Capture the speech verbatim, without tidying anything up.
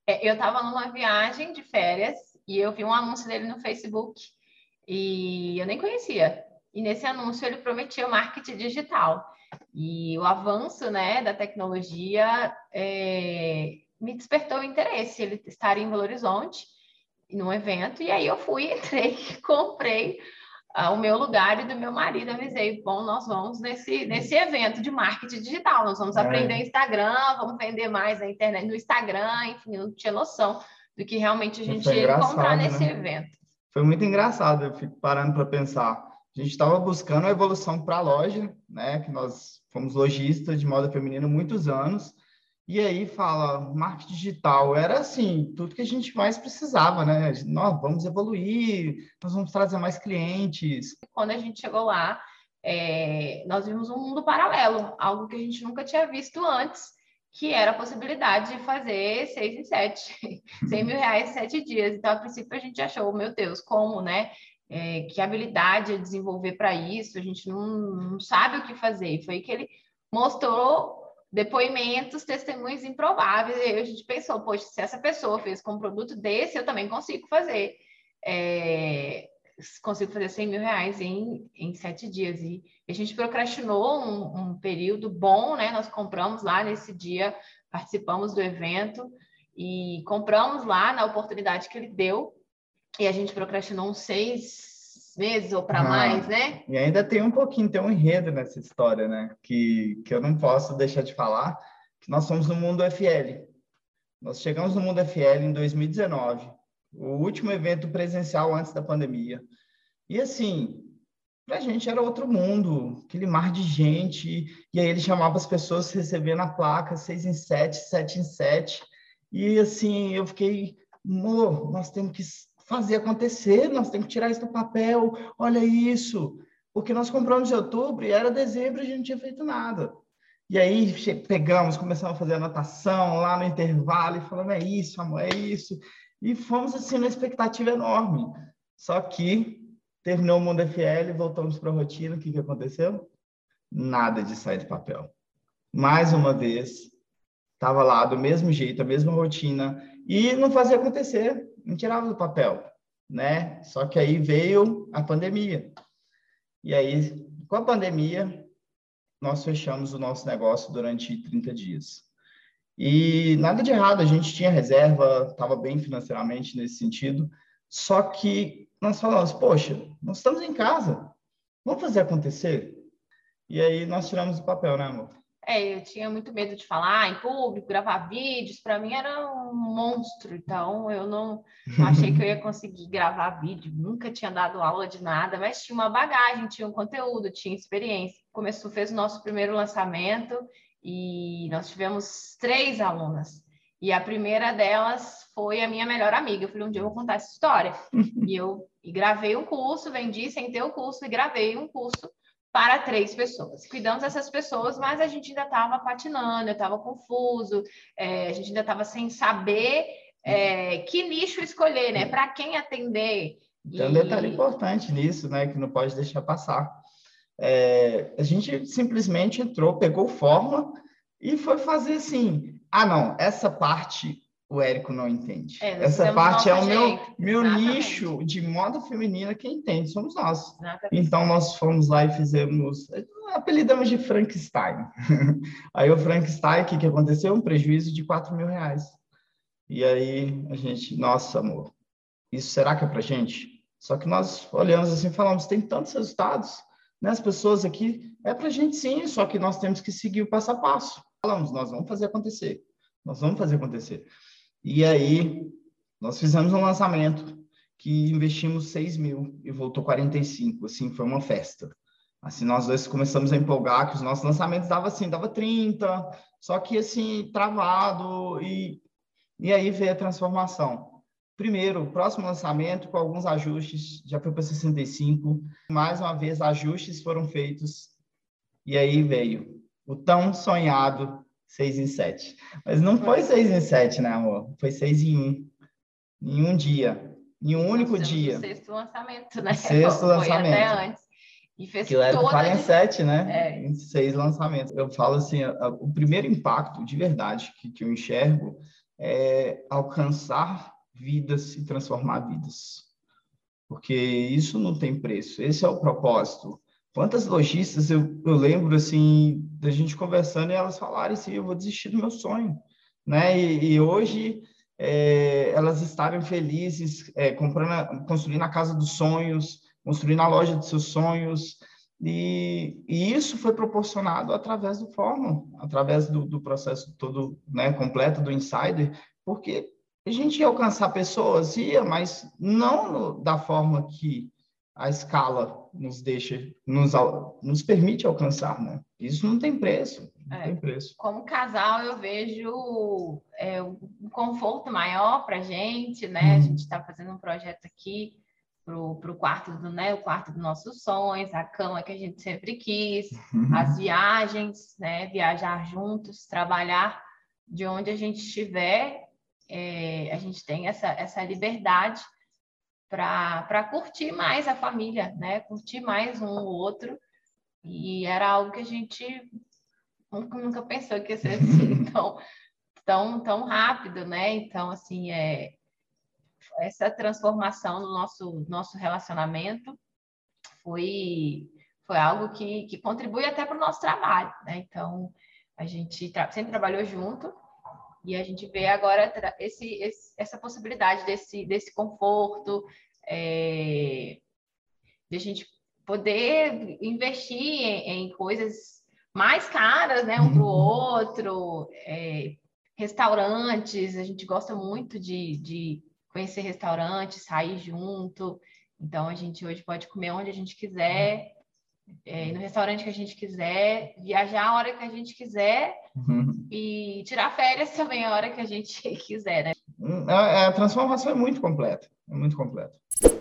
É, eu estava numa viagem de férias e eu vi um anúncio dele no Facebook e eu nem conhecia. E nesse anúncio ele prometia o marketing digital. E o avanço, né, da tecnologia é, me despertou o interesse. Ele estaria em Belo Horizonte, num evento, e aí eu fui, entrei, comprei uh, o meu lugar e do meu marido. Avisei, bom, nós vamos nesse, nesse evento de marketing digital, nós vamos aprender É. Instagram, vamos vender mais na internet, no Instagram, enfim, eu não tinha noção do que realmente a gente Foi ia encontrar engraçado, nesse né? evento. Foi muito engraçado, eu fico parando para pensar. A gente estava buscando a evolução para a loja, né? Que nós fomos lojistas de moda feminina há muitos anos. E aí fala, marketing digital, era assim, tudo que a gente mais precisava, né? Nós vamos evoluir, nós vamos trazer mais clientes. Quando a gente chegou lá, é, nós vimos um mundo paralelo, algo que a gente nunca tinha visto antes, que era a possibilidade de fazer seis em sete, cem mil reais em sete dias. Então, a princípio, a gente achou, meu Deus, como, né? É, que habilidade é desenvolver para isso? A gente não, não sabe o que fazer. E foi que ele mostrou depoimentos, testemunhos improváveis. E aí a gente pensou, poxa, se essa pessoa fez com um produto desse, eu também consigo fazer. É, consigo fazer cem mil reais em, em sete dias. E a gente procrastinou um, um período bom, né? Nós compramos lá nesse dia, participamos do evento e compramos lá na oportunidade que ele deu. E a gente procrastinou uns seis meses ou para mais, Ah, né? e ainda tem um pouquinho, tem um enredo nessa história, né? Que, que eu não posso deixar de falar, que nós somos no Mundo F L. Nós chegamos no Mundo F L em dois mil e dezenove, o último evento presencial antes da pandemia. E assim, pra gente era outro mundo, aquele mar de gente, e aí ele chamava as pessoas recebendo a placa seis em sete, sete em sete, e assim, eu fiquei, amor, nós temos que fazer acontecer, nós temos que tirar isso do papel, olha isso, porque nós compramos em outubro e era dezembro e a gente não tinha feito nada. E aí pegamos, começamos a fazer anotação lá no intervalo e falamos, é isso, amor, é isso. E fomos assim numa expectativa enorme. Só que terminou o Mundo F L, voltamos para a rotina, o que, que aconteceu? Nada de sair do papel. Mais uma vez, estava lá do mesmo jeito, a mesma rotina, e não fazia acontecer, não tirava do papel, né? Só que aí veio a pandemia. E aí, com a pandemia, nós fechamos o nosso negócio durante trinta dias. E nada de errado, a gente tinha reserva, estava bem financeiramente nesse sentido, só que nós falamos, poxa, nós estamos em casa, vamos fazer acontecer? E aí nós tiramos o papel, né, amor? É, eu tinha muito medo de falar em público, gravar vídeos, para mim era um monstro, então eu não, não achei que eu ia conseguir gravar vídeo, nunca tinha dado aula de nada, mas tinha uma bagagem, tinha um conteúdo, tinha experiência. Começou, fez o nosso primeiro lançamento e nós tivemos três alunas. E a primeira delas foi a minha melhor amiga. Eu falei, um dia eu vou contar essa história. E eu e gravei um curso, vendi sem ter o curso e gravei um curso para três pessoas. Cuidamos dessas pessoas, mas a gente ainda estava patinando, eu estava confuso, é, a gente ainda estava sem saber é, que nicho escolher, né? Para quem atender. Tem um E... detalhe importante nisso, né, que não pode deixar passar. É, a gente simplesmente entrou, pegou forma e foi fazer assim, ah, não, essa parte o Érico não entende. É, nós Essa fizemos o parte é nosso o meu, jeito. meu Exatamente. nicho de moda feminina, quem entende somos nós. Exatamente. Então, nós fomos lá e fizemos, apelidamos de Frankenstein. Aí o Frankenstein, o que, que aconteceu? Um prejuízo de quatro mil reais. E aí a gente, nossa, amor, isso será que é pra gente? Só que nós olhamos assim e falamos, tem tantos resultados, né? As pessoas aqui, é pra gente sim, só que nós temos que seguir o passo a passo. Falamos, nós vamos fazer acontecer, nós vamos fazer acontecer. E aí, nós fizemos um lançamento que investimos seis mil e voltou quarenta e cinco, assim, foi uma festa. Assim, nós dois começamos a empolgar, que os nossos lançamentos dava assim, dava trinta, só que assim, travado, e, e aí veio a transformação. Primeiro, o próximo lançamento, com alguns ajustes, já foi para sessenta e cinco. Mais uma vez, ajustes foram feitos. E aí veio o tão sonhado seis em sete. Mas não foi seis em sete, né, amor? Foi seis em um. Em um dia. Em um E nós único fizemos o dia. sexto lançamento, né? O sexto Foi até lançamento. antes. E fez Que o Érico toda fala a em diferença. sete, né? É. Em seis lançamentos. Eu falo assim, a, a, o primeiro impacto, de verdade, que, que eu enxergo é alcançar vidas e transformar vidas. Porque isso não tem preço, esse é o propósito. Quantas lojistas eu, eu lembro, assim, da gente conversando e elas falarem assim, eu vou desistir do meu sonho, né? E, e hoje é, elas estarem felizes, é, comprando, construindo a casa dos sonhos, construindo a loja dos seus sonhos, e, e isso foi proporcionado através do Fórmula, através do, do processo todo, né, completo do Insider, porque a gente ia alcançar pessoas, ia, mas não no, da forma que a escala nos deixa, nos, nos permite alcançar, né? Isso não tem preço, não É, tem preço. como casal, eu vejo é, um conforto maior para a gente, né? A gente Uhum. está fazendo um projeto aqui para o quarto do, né? O quarto dos nossos sonhos, a cama que a gente sempre quis, as viagens, né? Viajar juntos, trabalhar de onde a gente estiver, é, a gente tem essa, essa liberdade para curtir mais a família, né? Curtir mais um ou outro. E era algo que a gente nunca, nunca pensou que ia ser assim tão, tão, tão rápido, né? Então, assim, é, essa transformação no nosso, nosso relacionamento foi, foi algo que, que contribui até para o nosso trabalho, né? Então, a gente tra sempre trabalhou junto e a gente vê agora esse, esse, essa possibilidade desse, desse conforto, é, de a gente poder investir em, em coisas mais caras, né, um para o outro, é, restaurantes, a gente gosta muito de, de conhecer restaurantes, sair junto, então a gente hoje pode comer onde a gente quiser, é, no restaurante que a gente quiser, viajar a hora que a gente quiser e tirar férias também a hora que a gente quiser, né? A, a transformação é muito completa, é muito completa.